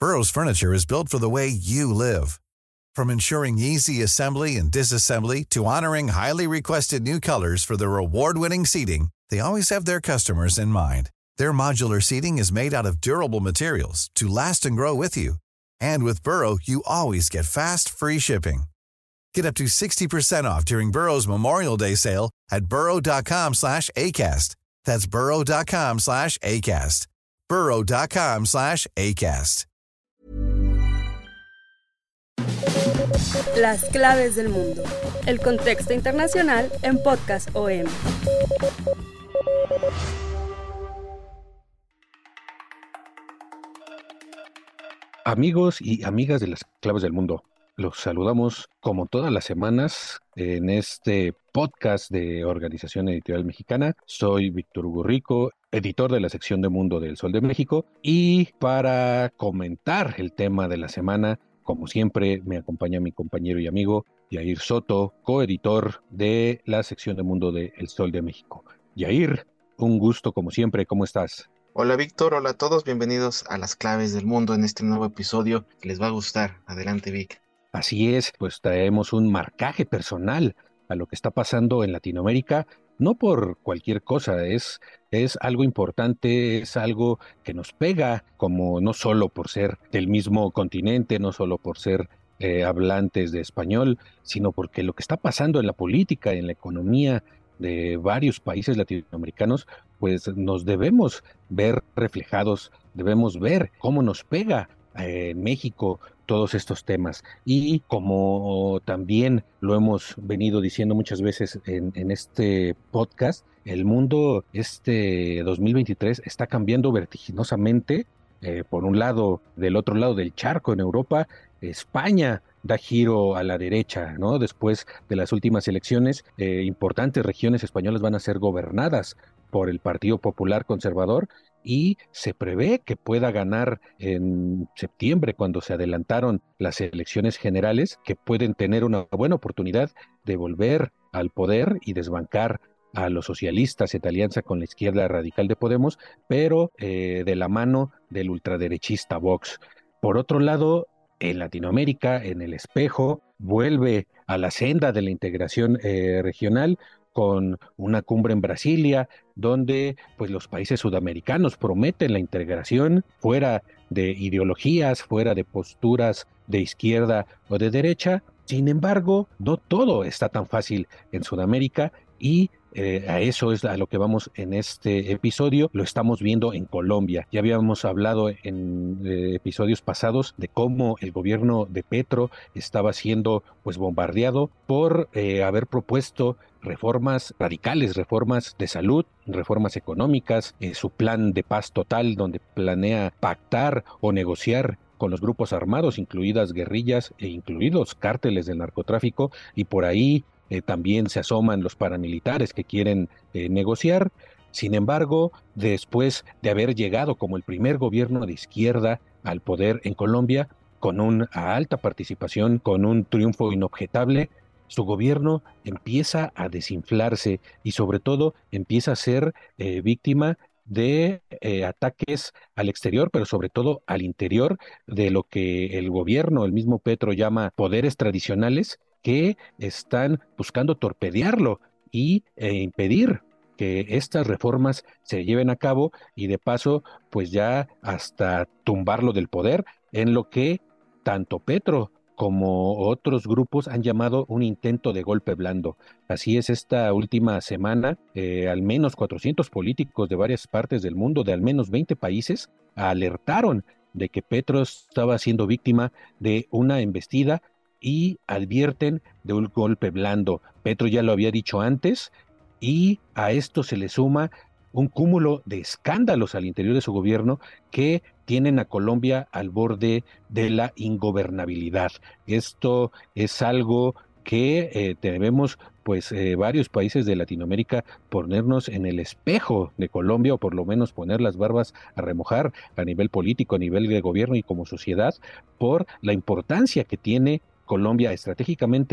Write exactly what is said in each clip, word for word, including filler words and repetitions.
Burrow's furniture is built for the way you live. From ensuring easy assembly and disassembly to honoring highly requested new colors for their award-winning seating, they always have their customers in mind. Their modular seating is made out of durable materials to last and grow with you. And with Burrow, you always get fast, free shipping. Get up to sixty percent off during Burrow's Memorial Day sale at burrow.com slash ACAST. That's burrow.com slash ACAST. burrow.com slash ACAST. Las claves del mundo. El contexto internacional en Podcast O M. Amigos y amigas de las claves del mundo, los saludamos como todas las semanas en este podcast de Organización Editorial Mexicana. Soy Víctor Hugo Rico, editor de la sección de Mundo del Sol de México, y para comentar el tema de la semana, como siempre, me acompaña mi compañero y amigo Yair Soto, coeditor de la sección de Mundo del Sol de México. Yair, un gusto como siempre, ¿cómo estás? Hola Víctor, hola a todos, bienvenidos a Las Claves del Mundo en este nuevo episodio que les va a gustar. Adelante, Vic. Así es, pues traemos un marcaje personal a lo que está pasando en Latinoamérica, no por cualquier cosa, es, es algo importante, es algo que nos pega, como no solo por ser del mismo continente, no solo por ser eh, hablantes de español, sino porque lo que está pasando en la política, en la economía de varios países latinoamericanos, pues nos debemos ver reflejados, debemos ver cómo nos pega eh, en México todos estos temas. Y como también lo hemos venido diciendo muchas veces en, en este podcast, el mundo este dos mil veintitrés está cambiando vertiginosamente. Eh, por un lado, del otro lado del charco en Europa, España da giro a la derecha, ¿no? Después de las últimas elecciones, eh, importantes regiones españolas van a ser gobernadas por el Partido Popular Conservador y se prevé que pueda ganar en septiembre, cuando se adelantaron las elecciones generales, que pueden tener una buena oportunidad de volver al poder y desbancar a los socialistas en alianza con la izquierda radical de Podemos, pero eh, de la mano del ultraderechista Vox. Por otro lado, en Latinoamérica, en el espejo, vuelve a la senda de la integración eh, regional con una cumbre en Brasilia, donde pues los países sudamericanos prometen la integración fuera de ideologías, fuera de posturas de izquierda o de derecha. Sin embargo, no todo está tan fácil en Sudamérica y Eh, a eso es a lo que vamos en este episodio. Lo estamos viendo en Colombia. Ya habíamos hablado en eh, episodios pasados de cómo el gobierno de Petro estaba siendo pues bombardeado por eh, haber propuesto reformas radicales, reformas de salud, reformas económicas, eh, su plan de paz total, donde planea pactar o negociar con los grupos armados, incluidas guerrillas e incluidos cárteles del narcotráfico, y por ahí Eh, también se asoman los paramilitares que quieren eh, negociar. Sin embargo, después de haber llegado como el primer gobierno de izquierda al poder en Colombia, con una alta participación, con un triunfo inobjetable, su gobierno empieza a desinflarse y sobre todo empieza a ser eh, víctima de eh, ataques al exterior, pero sobre todo al interior, de lo que el gobierno, el mismo Petro, llama poderes tradicionales, que están buscando torpedearlo y eh, impedir que estas reformas se lleven a cabo y de paso pues ya hasta tumbarlo del poder, en lo que tanto Petro como otros grupos han llamado un intento de golpe blando. Así es, esta última semana, eh, al menos cuatrocientos políticos de varias partes del mundo, de al menos veinte países, alertaron de que Petro estaba siendo víctima de una embestida y advierten de un golpe blando. Petro ya lo había dicho antes, y a esto se le suma un cúmulo de escándalos al interior de su gobierno que tienen a Colombia al borde de la ingobernabilidad. Esto es algo que eh, debemos, pues, eh, varios países de Latinoamérica ponernos en el espejo de Colombia, o por lo menos poner las barbas a remojar a nivel político, a nivel de gobierno y como sociedad, por la importancia que tiene Colombia estratégicamente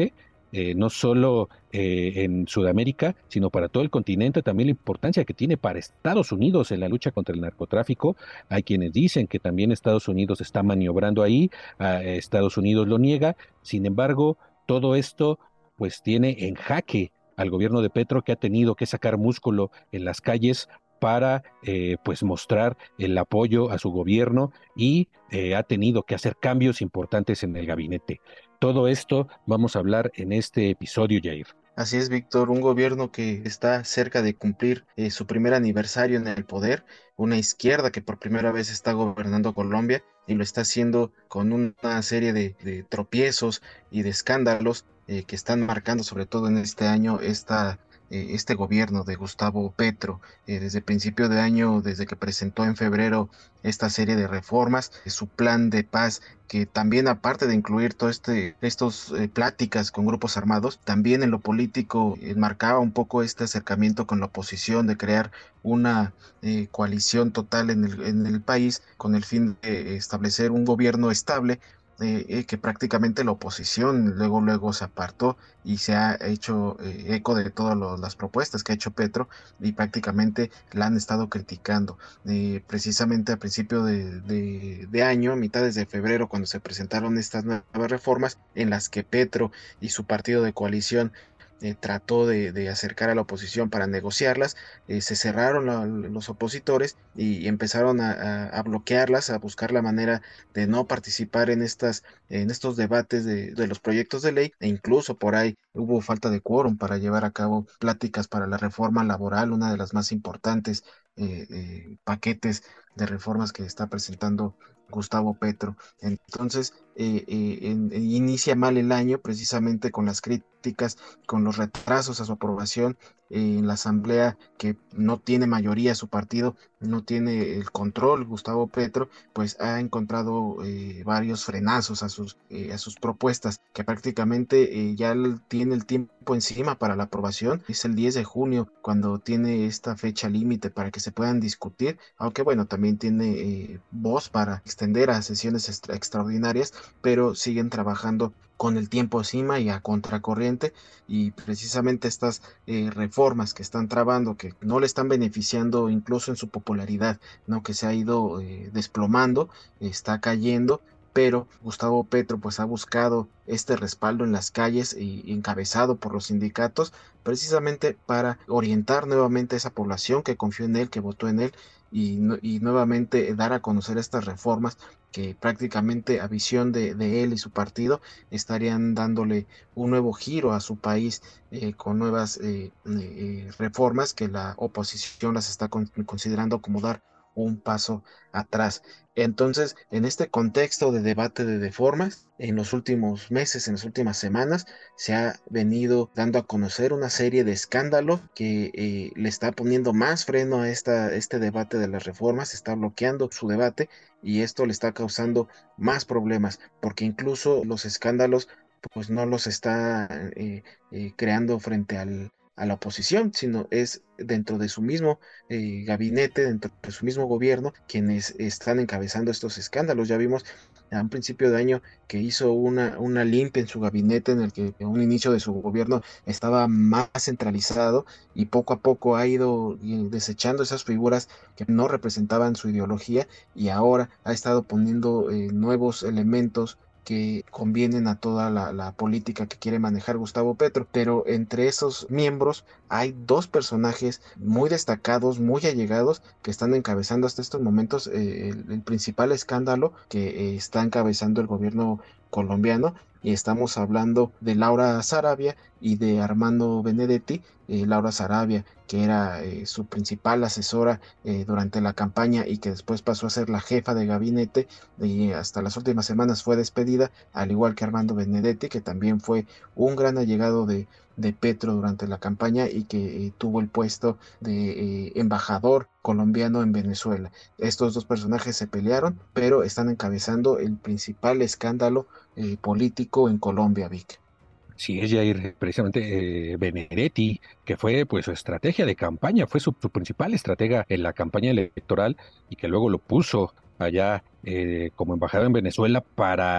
eh, no solo eh, en Sudamérica, sino para todo el continente, también la importancia que tiene para Estados Unidos en la lucha contra el narcotráfico. Hay quienes dicen que también Estados Unidos está maniobrando ahí, a Estados Unidos lo niega. Sin embargo, todo esto pues tiene en jaque al gobierno de Petro, que ha tenido que sacar músculo en las calles para eh, pues mostrar el apoyo a su gobierno y eh, ha tenido que hacer cambios importantes en el gabinete. Todo esto vamos a hablar en este episodio, Jair. Así es, Víctor, un gobierno que está cerca de cumplir eh, su primer aniversario en el poder, una izquierda que por primera vez está gobernando Colombia y lo está haciendo con una serie de, de tropiezos y de escándalos eh, que están marcando sobre todo en este año esta, eh, este gobierno de Gustavo Petro. Eh, desde principio de año, desde que presentó en febrero esta serie de reformas, eh, su plan de paz que también aparte de incluir todo este estos eh, pláticas con grupos armados, también en lo político enmarcaba un poco este acercamiento con la oposición de crear una eh, coalición total en el, en el país con el fin de establecer un gobierno estable. Eh, eh, que prácticamente la oposición luego luego se apartó y se ha hecho eh, eco de todas lo- las propuestas que ha hecho Petro y prácticamente la han estado criticando. Eh, precisamente a principio de, de, de año, a mitades de febrero, cuando se presentaron estas nuevas reformas en las que Petro y su partido de coalición eh, trató de, de acercar a la oposición para negociarlas, eh, se cerraron la- los opositores y empezaron a, a- a bloquearlas, a buscar la manera de no participar en estas, en estos debates de, de los proyectos de ley, e incluso por ahí hubo falta de quórum para llevar a cabo pláticas para la reforma laboral, una de las más importantes eh, eh, paquetes de reformas que está presentando Gustavo Petro. Entonces, eh, eh, en- en- inicia mal el año precisamente con las críticas, con los retrasos a su aprobación eh, en la Asamblea, que no tiene mayoría su partido, no tiene el control. Gustavo Petro, pues ha encontrado eh, varios frenazos a sus, eh, a sus propuestas, que prácticamente eh, ya el- tiene el tiempo encima para la aprobación. Es el diez de junio cuando tiene esta fecha límite para que se puedan discutir, aunque bueno, también tiene eh, voz para extender a sesiones extra- extraordinarias, pero siguen trabajando con el tiempo encima y a contracorriente, y precisamente estas eh, reformas que están trabando, que no le están beneficiando incluso en su popularidad, ¿no? Que se ha ido eh, desplomando, está cayendo, pero Gustavo Petro pues ha buscado este respaldo en las calles y encabezado por los sindicatos precisamente para orientar nuevamente a esa población que confió en él, que votó en él, y, nu- y nuevamente dar a conocer estas reformas que prácticamente a visión de, de él y su partido estarían dándole un nuevo giro a su país, eh, con nuevas eh, eh, reformas que la oposición las está con- considerando como dar un paso atrás. Entonces, en este contexto de debate de reformas, en los últimos meses, en las últimas semanas, se ha venido dando a conocer una serie de escándalos que eh, le está poniendo más freno a esta, este debate de las reformas, está bloqueando su debate y esto le está causando más problemas, porque incluso los escándalos pues no los está eh, eh, creando frente al, a la oposición, sino es dentro de su mismo eh, gabinete, dentro de su mismo gobierno, quienes están encabezando estos escándalos. Ya vimos a un principio de año que hizo una, una limpia en su gabinete, en el que en un inicio de su gobierno estaba más centralizado y poco a poco ha ido eh, desechando esas figuras que no representaban su ideología, y ahora ha estado poniendo eh, nuevos elementos que convienen a toda la, la política que quiere manejar Gustavo Petro. Pero entre esos miembros hay dos personajes muy destacados, muy allegados, que están encabezando hasta estos momentos eh, el, el principal escándalo que eh, está encabezando el gobierno colombiano. Y estamos hablando de Laura Sarabia y de Armando Benedetti. Eh, Laura Sarabia, que era eh, su principal asesora eh, durante la campaña y que después pasó a ser la jefa de gabinete y hasta las últimas semanas fue despedida, al igual que Armando Benedetti, que también fue un gran allegado de, de Petro durante la campaña y que eh, tuvo el puesto de eh, embajador colombiano en Venezuela. Estos dos personajes se pelearon, pero están encabezando el principal escándalo eh, político en Colombia, Vic. Sí, es Jair, precisamente eh, Benedetti, que fue pues su estrategia de campaña, fue su, su principal estratega en la campaña electoral y que luego lo puso allá eh, como embajador en Venezuela para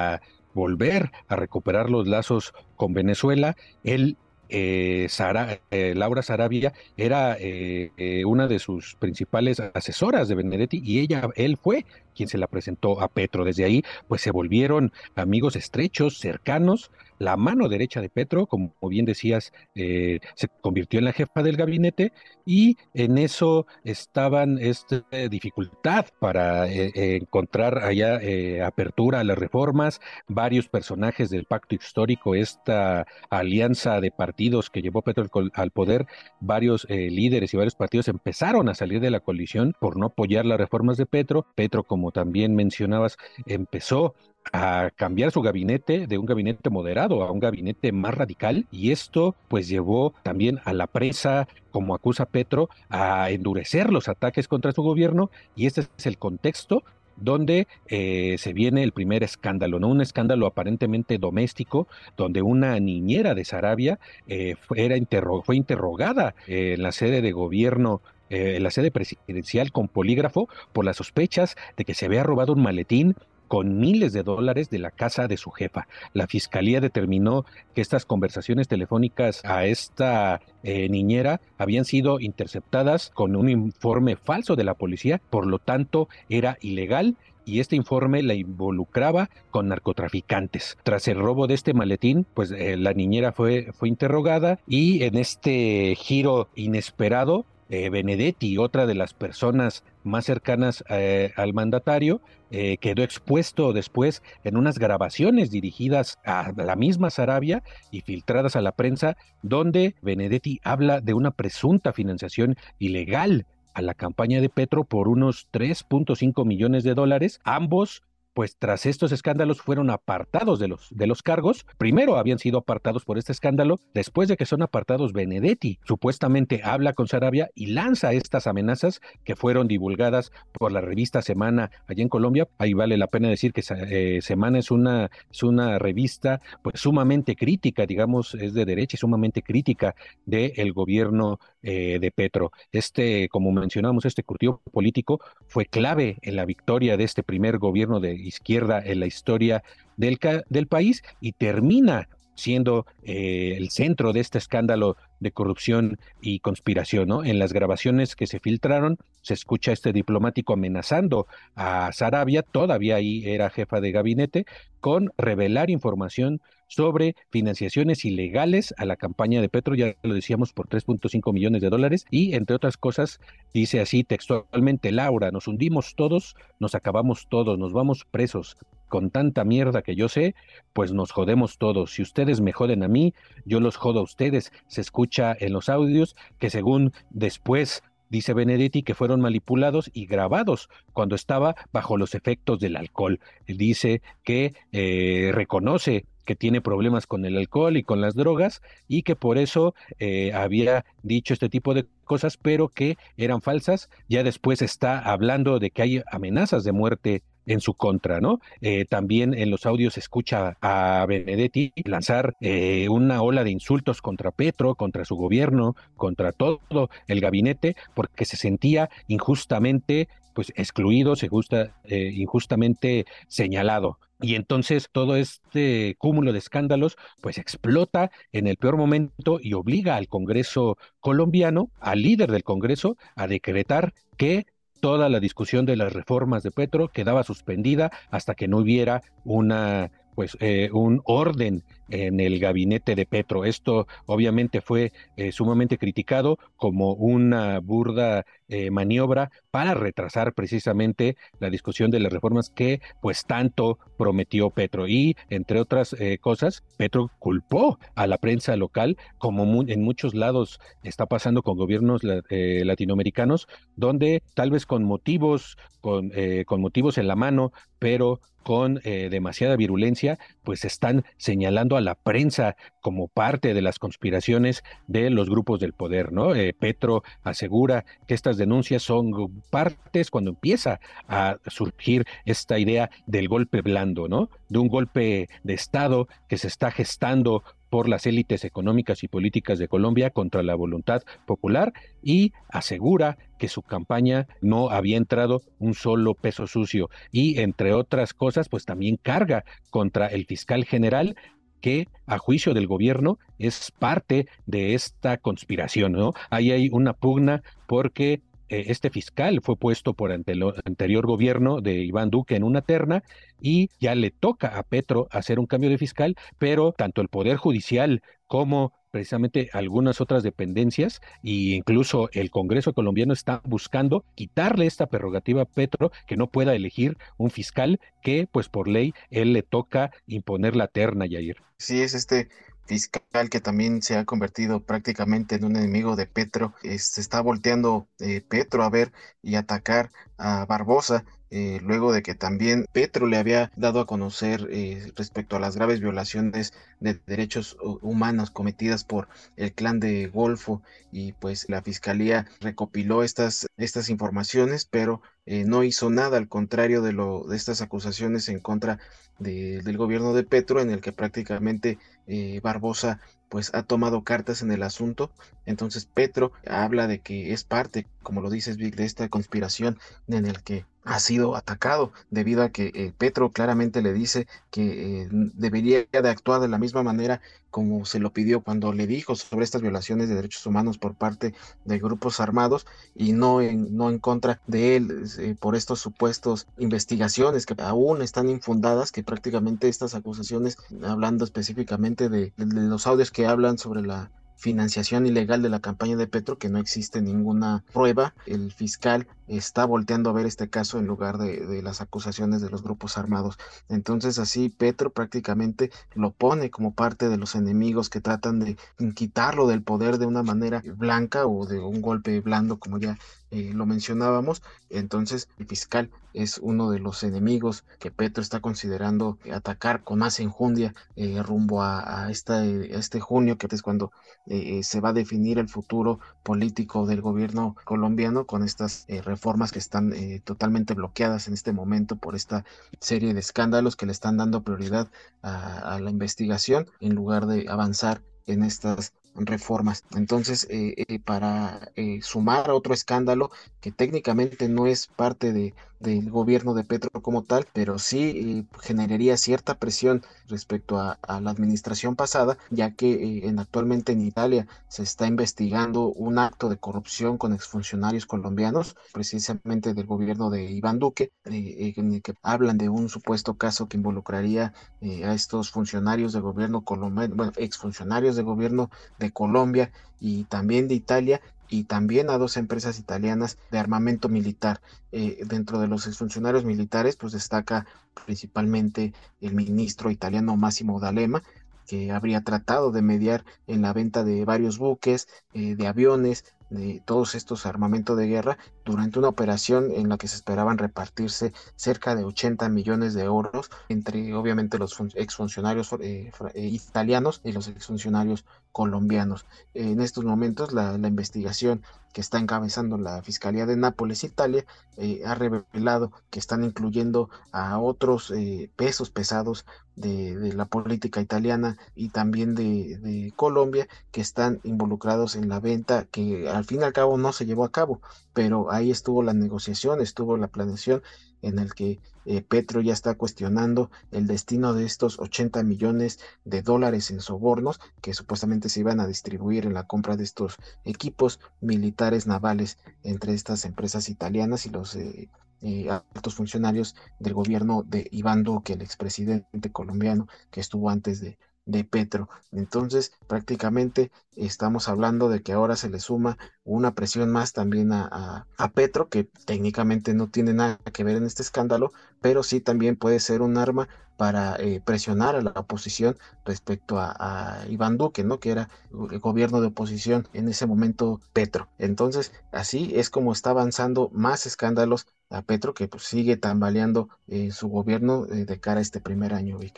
volver a recuperar los lazos con Venezuela. Él Eh, Sara, eh, Laura Sarabia era eh, eh, una de sus principales asesoras de Benedetti y ella, él fue quien se la presentó a Petro. Desde ahí, pues se volvieron amigos estrechos, cercanos. La mano derecha de Petro, como bien decías, eh, se convirtió en la jefa del gabinete y en eso estaban esta dificultad para eh, eh, encontrar allá eh, apertura a las reformas. Varios personajes del pacto histórico, esta alianza de partidos que llevó Petro al, al poder, varios eh, líderes y varios partidos empezaron a salir de la coalición por no apoyar las reformas de Petro. Petro, como también mencionabas, empezó a cambiar su gabinete de un gabinete moderado a un gabinete más radical y esto pues llevó también a la prensa, como acusa Petro, a endurecer los ataques contra su gobierno y este es el contexto donde eh, se viene el primer escándalo, ¿no? Un escándalo aparentemente doméstico, donde una niñera de Sarabia eh, fue, era interro fue interrogada eh, en la sede de gobierno, eh, en la sede presidencial con polígrafo por las sospechas de que se había robado un maletín con miles de dólares de la casa de su jefa. La fiscalía determinó que estas conversaciones telefónicas a esta eh, niñera habían sido interceptadas con un informe falso de la policía, por lo tanto era ilegal y este informe la involucraba con narcotraficantes. Tras el robo de este maletín, pues eh, la niñera fue, fue interrogada y en este giro inesperado, eh, Benedetti, otra de las personas más cercanas eh, al mandatario, eh, quedó expuesto después en unas grabaciones dirigidas a la misma Sarabia y filtradas a la prensa, donde Benedetti habla de una presunta financiación ilegal a la campaña de Petro por unos tres punto cinco millones de dólares. Ambos, pues tras estos escándalos fueron apartados de los, de los cargos. Primero habían sido apartados por este escándalo, después de que son apartados, Benedetti supuestamente habla con Sarabia y lanza estas amenazas que fueron divulgadas por la revista Semana allá en Colombia. Ahí vale la pena decir que eh, Semana es una, es una revista pues sumamente crítica, digamos, es de derecha y sumamente crítica del gobierno eh, de Petro. Este, como mencionamos, este curtido político fue clave en la victoria de este primer gobierno de izquierda en la historia del, del país y termina siendo eh, el centro de este escándalo de corrupción y conspiración, ¿no? En las grabaciones que se filtraron se escucha a este diplomático amenazando a Sarabia, todavía ahí era jefa de gabinete, con revelar información sobre financiaciones ilegales a la campaña de Petro, ya lo decíamos, por tres punto cinco millones de dólares, y entre otras cosas, dice así textualmente: Laura, nos hundimos todos, nos acabamos todos, nos vamos presos. Con tanta mierda que yo sé, pues nos jodemos todos. Si ustedes me joden a mí, yo los jodo a ustedes. Se escucha en los audios que según después dice Benedetti que fueron manipulados y grabados cuando estaba bajo los efectos del alcohol. Él dice que eh, reconoce que tiene problemas con el alcohol y con las drogas y que por eso eh, había dicho este tipo de cosas, pero que eran falsas. Ya después está hablando de que hay amenazas de muerte en su contra, ¿no? Eh, también en los audios se escucha a Benedetti lanzar eh, una ola de insultos contra Petro, contra su gobierno, contra todo el gabinete, porque se sentía injustamente pues excluido, se gusta, eh, injustamente señalado. Y entonces todo este cúmulo de escándalos pues explota en el peor momento y obliga al Congreso colombiano, al líder del Congreso, a decretar que toda la discusión de las reformas de Petro quedaba suspendida hasta que no hubiera una pues eh, un orden en el gabinete de Petro. Esto obviamente fue eh, sumamente criticado como una burda eh, maniobra para retrasar precisamente la discusión de las reformas que pues tanto prometió Petro. Y entre otras eh, cosas, Petro culpó a la prensa local, como mu en muchos lados está pasando con gobiernos la eh, latinoamericanos, donde tal vez con motivos, con, eh, con motivos en la mano, pero con eh, demasiada virulencia, pues están señalando a la prensa como parte de las conspiraciones de los grupos del poder, ¿no? Eh, Petro asegura que estas denuncias son partes cuando empieza a surgir esta idea del golpe blando, ¿no? De un golpe de Estado que se está gestando por las élites económicas y políticas de Colombia contra la voluntad popular, y asegura que su campaña no había entrado un solo peso sucio, y entre otras cosas pues también carga contra el fiscal general, que a juicio del gobierno es parte de esta conspiración, ¿no? Ahí hay una pugna porque eh, este fiscal fue puesto por ante el anterior gobierno de Iván Duque en una terna, y ya le toca a Petro hacer un cambio de fiscal, pero tanto el Poder Judicial como precisamente algunas otras dependencias e incluso el Congreso colombiano están buscando quitarle esta prerrogativa a Petro, que no pueda elegir un fiscal que pues por ley él le toca imponer la terna, Yair. Sí, es este fiscal que también se ha convertido prácticamente en un enemigo de Petro. Eh, se está volteando eh, Petro a ver y atacar a Barbosa, eh, luego de que también Petro le había dado a conocer eh, respecto a las graves violaciones de derechos hu- humanos cometidas por el clan de Golfo, y pues la fiscalía recopiló estas, estas informaciones, pero eh, no hizo nada, al contrario de, lo, de estas acusaciones en contra de- del gobierno de Petro, en el que prácticamente eh, Barbosa pues ha tomado cartas en el asunto. Entonces Petro habla de que es parte, como lo dices Vic, de esta conspiración en el que ha sido atacado, debido a que eh, Petro claramente le dice que eh, debería de actuar de la misma manera como se lo pidió cuando le dijo sobre estas violaciones de derechos humanos por parte de grupos armados, y no en, no en contra de él, eh, por estos supuestos investigaciones que aún están infundadas, que prácticamente estas acusaciones, hablando específicamente de, de, de los audios que hablan sobre la financiación ilegal de la campaña de Petro, que no existe ninguna prueba. El fiscal está volteando a ver este caso en lugar de, de las acusaciones de los grupos armados. Entonces así Petro prácticamente lo pone como parte de los enemigos que tratan de quitarlo del poder de una manera blanca o de un golpe blando, como ya eh, lo mencionábamos. Entonces el fiscal es uno de los enemigos que Petro está considerando atacar con más enjundia eh, rumbo a, a, esta, a este junio, que es cuando eh, se va a definir el futuro político del gobierno colombiano, con estas eh, reformas que están eh, totalmente bloqueadas en este momento por esta serie de escándalos que le están dando prioridad a, a la investigación en lugar de avanzar en estas reformas. Entonces, eh, eh, para eh, sumar a otro escándalo que técnicamente no es parte de, del gobierno de Petro como tal, pero sí eh, generaría cierta presión respecto a, a la administración pasada, ya que eh, en, actualmente en Italia se está investigando un acto de corrupción con exfuncionarios colombianos, precisamente del gobierno de Iván Duque, eh, en el que hablan de un supuesto caso que involucraría eh, a estos funcionarios del gobierno colombiano, bueno, exfuncionarios del gobierno de Colombia y también de Italia, y también a dos empresas italianas de armamento militar. Eh, dentro de los exfuncionarios militares, pues destaca principalmente el ministro italiano Massimo D'Alema, que habría tratado de mediar en la venta de varios buques, eh, de aviones, de todos estos armamentos de guerra, durante una operación en la que se esperaban repartirse cerca de ochenta millones de euros entre obviamente los exfuncionarios eh, eh, italianos y los exfuncionarios colombianos. En estos momentos la, la investigación que está encabezando la Fiscalía de Nápoles, Italia, eh, ha revelado que están incluyendo a otros eh, pesos pesados de, de, la política italiana y también de, de Colombia, que están involucrados en la venta, que al fin y al cabo no se llevó a cabo, pero ahí estuvo la negociación, estuvo la planeación, en el que eh, Petro ya está cuestionando el destino de estos ochenta millones de dólares en sobornos que supuestamente se iban a distribuir en la compra de estos equipos militares navales entre estas empresas italianas y los eh, eh, altos funcionarios del gobierno de Iván Duque, el expresidente colombiano que estuvo antes de, de Petro. Entonces, prácticamente estamos hablando de que ahora se le suma una presión más también a, a, a Petro, que técnicamente no tiene nada que ver en este escándalo, pero sí también puede ser un arma para eh, presionar a la oposición respecto a, a Iván Duque, ¿no? Que era el gobierno de oposición en ese momento Petro. Entonces, así es como está avanzando más escándalos a Petro, que pues, sigue tambaleando eh, su gobierno eh, de cara a este primer año, Vic.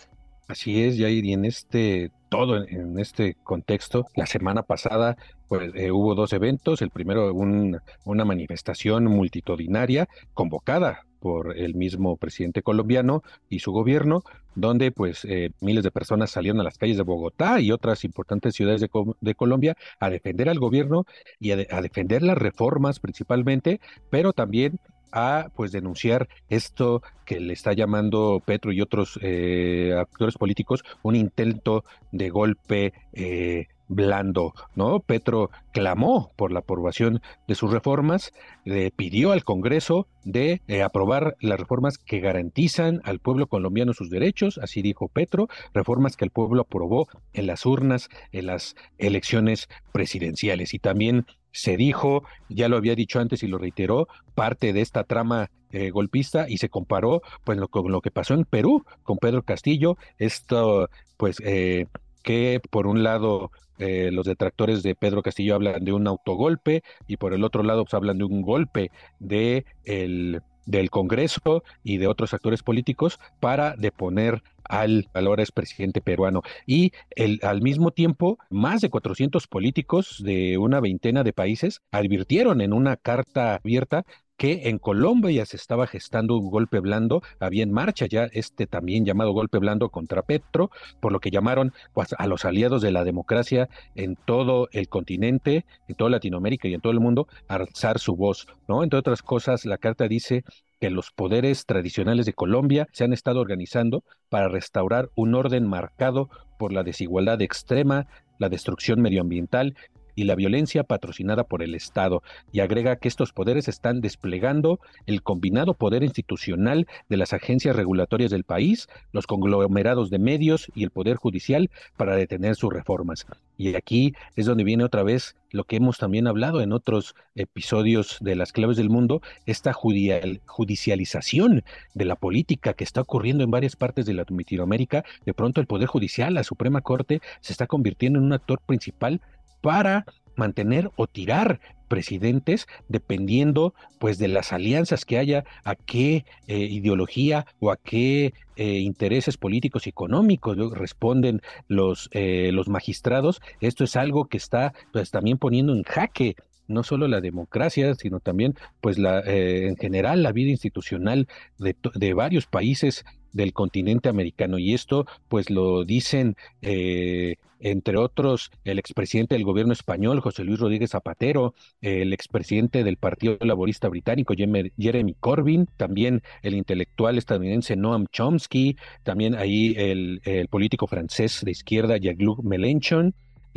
Así es, Jair, y en este, todo en, en este contexto, la semana pasada, pues eh, hubo dos eventos. El primero, un- una manifestación multitudinaria convocada por el mismo presidente colombiano y su gobierno, donde pues eh, miles de personas salieron a las calles de Bogotá y otras importantes ciudades de, Co- de Colombia a defender al gobierno y a, de- a defender las reformas principalmente, pero también a pues denunciar esto que le está llamando Petro y otros eh, actores políticos un intento de golpe eh, blando, ¿no? Petro clamó por la aprobación de sus reformas, le pidió al Congreso de eh, aprobar las reformas que garantizan al pueblo colombiano sus derechos, así dijo Petro, reformas que el pueblo aprobó en las urnas, en las elecciones presidenciales. Y también se dijo, ya lo había dicho antes y lo reiteró, parte de esta trama eh, golpista, y se comparó pues lo, con lo que pasó en Perú con Pedro Castillo, esto pues eh, que por un lado eh, los detractores de Pedro Castillo hablan de un autogolpe y por el otro lado pues hablan de un golpe de el, del Congreso y de otros actores políticos para deponer al, al ahora expresidente peruano. Y el, al mismo tiempo, más de cuatrocientos políticos de una veintena de países advirtieron en una carta abierta que en Colombia ya se estaba gestando un golpe blando, había en marcha ya este también llamado golpe blando contra Petro, por lo que llamaron pues, a los aliados de la democracia en todo el continente, en toda Latinoamérica y en todo el mundo, a alzar su voz, ¿no? Entre otras cosas, la carta dice que los poderes tradicionales de Colombia se han estado organizando para restaurar un orden marcado por la desigualdad extrema, la destrucción medioambiental y la violencia patrocinada por el Estado, y agrega que estos poderes están desplegando el combinado poder institucional de las agencias regulatorias del país, los conglomerados de medios y el poder judicial para detener sus reformas. Y aquí es donde viene otra vez lo que hemos también hablado en otros episodios de Las Claves del Mundo, esta judial, judicialización de la política que está ocurriendo en varias partes de Latinoamérica. De pronto el Poder Judicial, la Suprema Corte, se está convirtiendo en un actor principal para mantener o tirar presidentes dependiendo pues de las alianzas que haya, a qué eh, ideología o a qué eh, intereses políticos y económicos ¿no? responden los, eh, los magistrados. Esto es algo que está pues también poniendo en jaque no solo la democracia, sino también pues la eh, en general la vida institucional de, de varios países del continente americano. Y esto pues lo dicen eh, entre otros, el expresidente del gobierno español, José Luis Rodríguez Zapatero, el expresidente del Partido Laborista Británico, Jeremy Corbyn, también el intelectual estadounidense Noam Chomsky, también ahí el, el político francés de izquierda, Jean-Luc Mélenchon,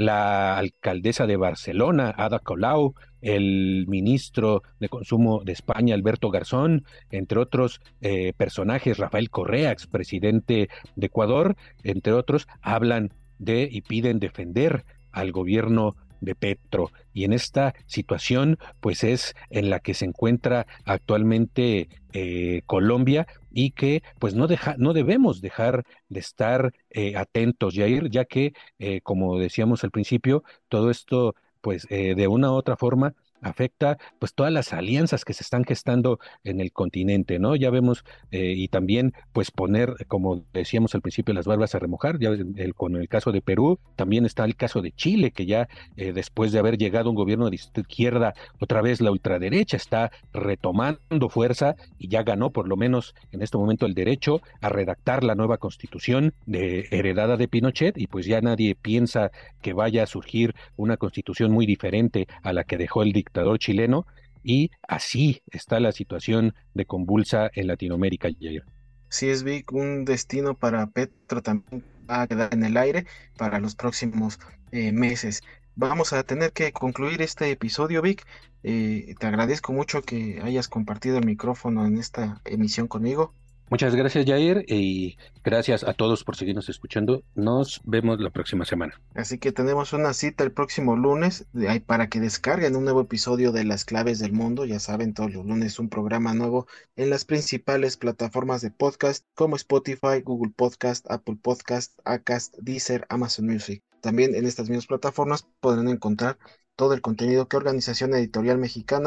la alcaldesa de Barcelona, Ada Colau, el ministro de Consumo de España, Alberto Garzón, entre otros eh, personajes, Rafael Correa, expresidente de Ecuador, entre otros, hablan de y piden defender al gobierno de Petro. Y en esta situación, pues es en la que se encuentra actualmente eh, Colombia y que pues no, deja, no debemos dejar de estar eh, atentos, Jair, ya que, eh, como decíamos al principio, todo esto pues eh, de una u otra forma afecta pues todas las alianzas que se están gestando en el continente, ¿no? Ya vemos eh, y también pues poner, como decíamos al principio, las barbas a remojar, ya el, con el caso de Perú, también está el caso de Chile, que ya eh, después de haber llegado un gobierno de izquierda, otra vez la ultraderecha está retomando fuerza y ya ganó por lo menos en este momento el derecho a redactar la nueva constitución de, heredada de Pinochet, y pues ya nadie piensa que vaya a surgir una constitución muy diferente a la que dejó el dictador chileno, y así está la situación de convulsa en Latinoamérica, Jair. Si es Vic, un destino para Petro también va a quedar en el aire para los próximos eh, meses. Vamos a tener que concluir este episodio, Vic. Eh, te agradezco mucho que hayas compartido el micrófono en esta emisión conmigo. Muchas gracias, Jair, y gracias a todos por seguirnos escuchando. Nos vemos la próxima semana. Así que tenemos una cita el próximo lunes de ahí para que descarguen un nuevo episodio de Las Claves del Mundo. Ya saben, todos los lunes un programa nuevo en las principales plataformas de podcast como Spotify, Google Podcast, Apple Podcast, Acast, Deezer, Amazon Music. También en estas mismas plataformas podrán encontrar todo el contenido que Organización Editorial Mexicana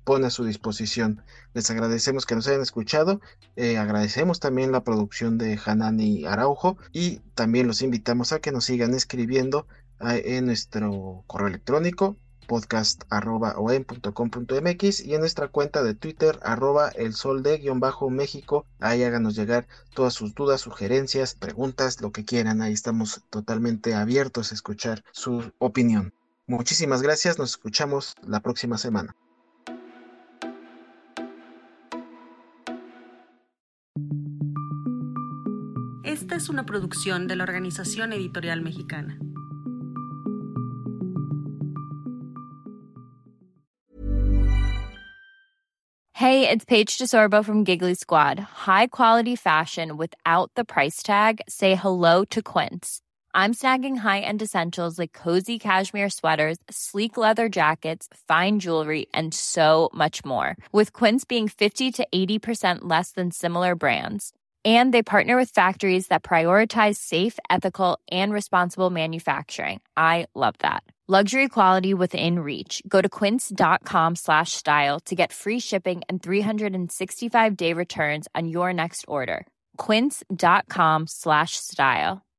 pone a su disposición. Les agradecemos que nos hayan escuchado, eh, agradecemos también la producción de Hanani Araujo y también los invitamos a que nos sigan escribiendo a, en nuestro correo electrónico podcast arroba o m punto com punto m x y en nuestra cuenta de Twitter arroba el sol de guión bajo México. Ahí háganos llegar todas sus dudas, sugerencias, preguntas, lo que quieran. Ahí estamos totalmente abiertos a escuchar su opinión. Muchísimas gracias, nos escuchamos la próxima semana. Esta es una producción de la Organización Editorial Mexicana. Hey, it's Paige DeSorbo from Giggly Squad. High quality fashion without the price tag. Say hello to Quince. I'm snagging high-end essentials like cozy cashmere sweaters, sleek leather jackets, fine jewelry, and so much more. With Quince being fifty to eighty percent less than similar brands. And they partner with factories that prioritize safe, ethical, and responsible manufacturing. I love that. Luxury quality within reach. Go to quince.com slash style to get free shipping and three sixty-five day returns on your next order. Quince.com slash style.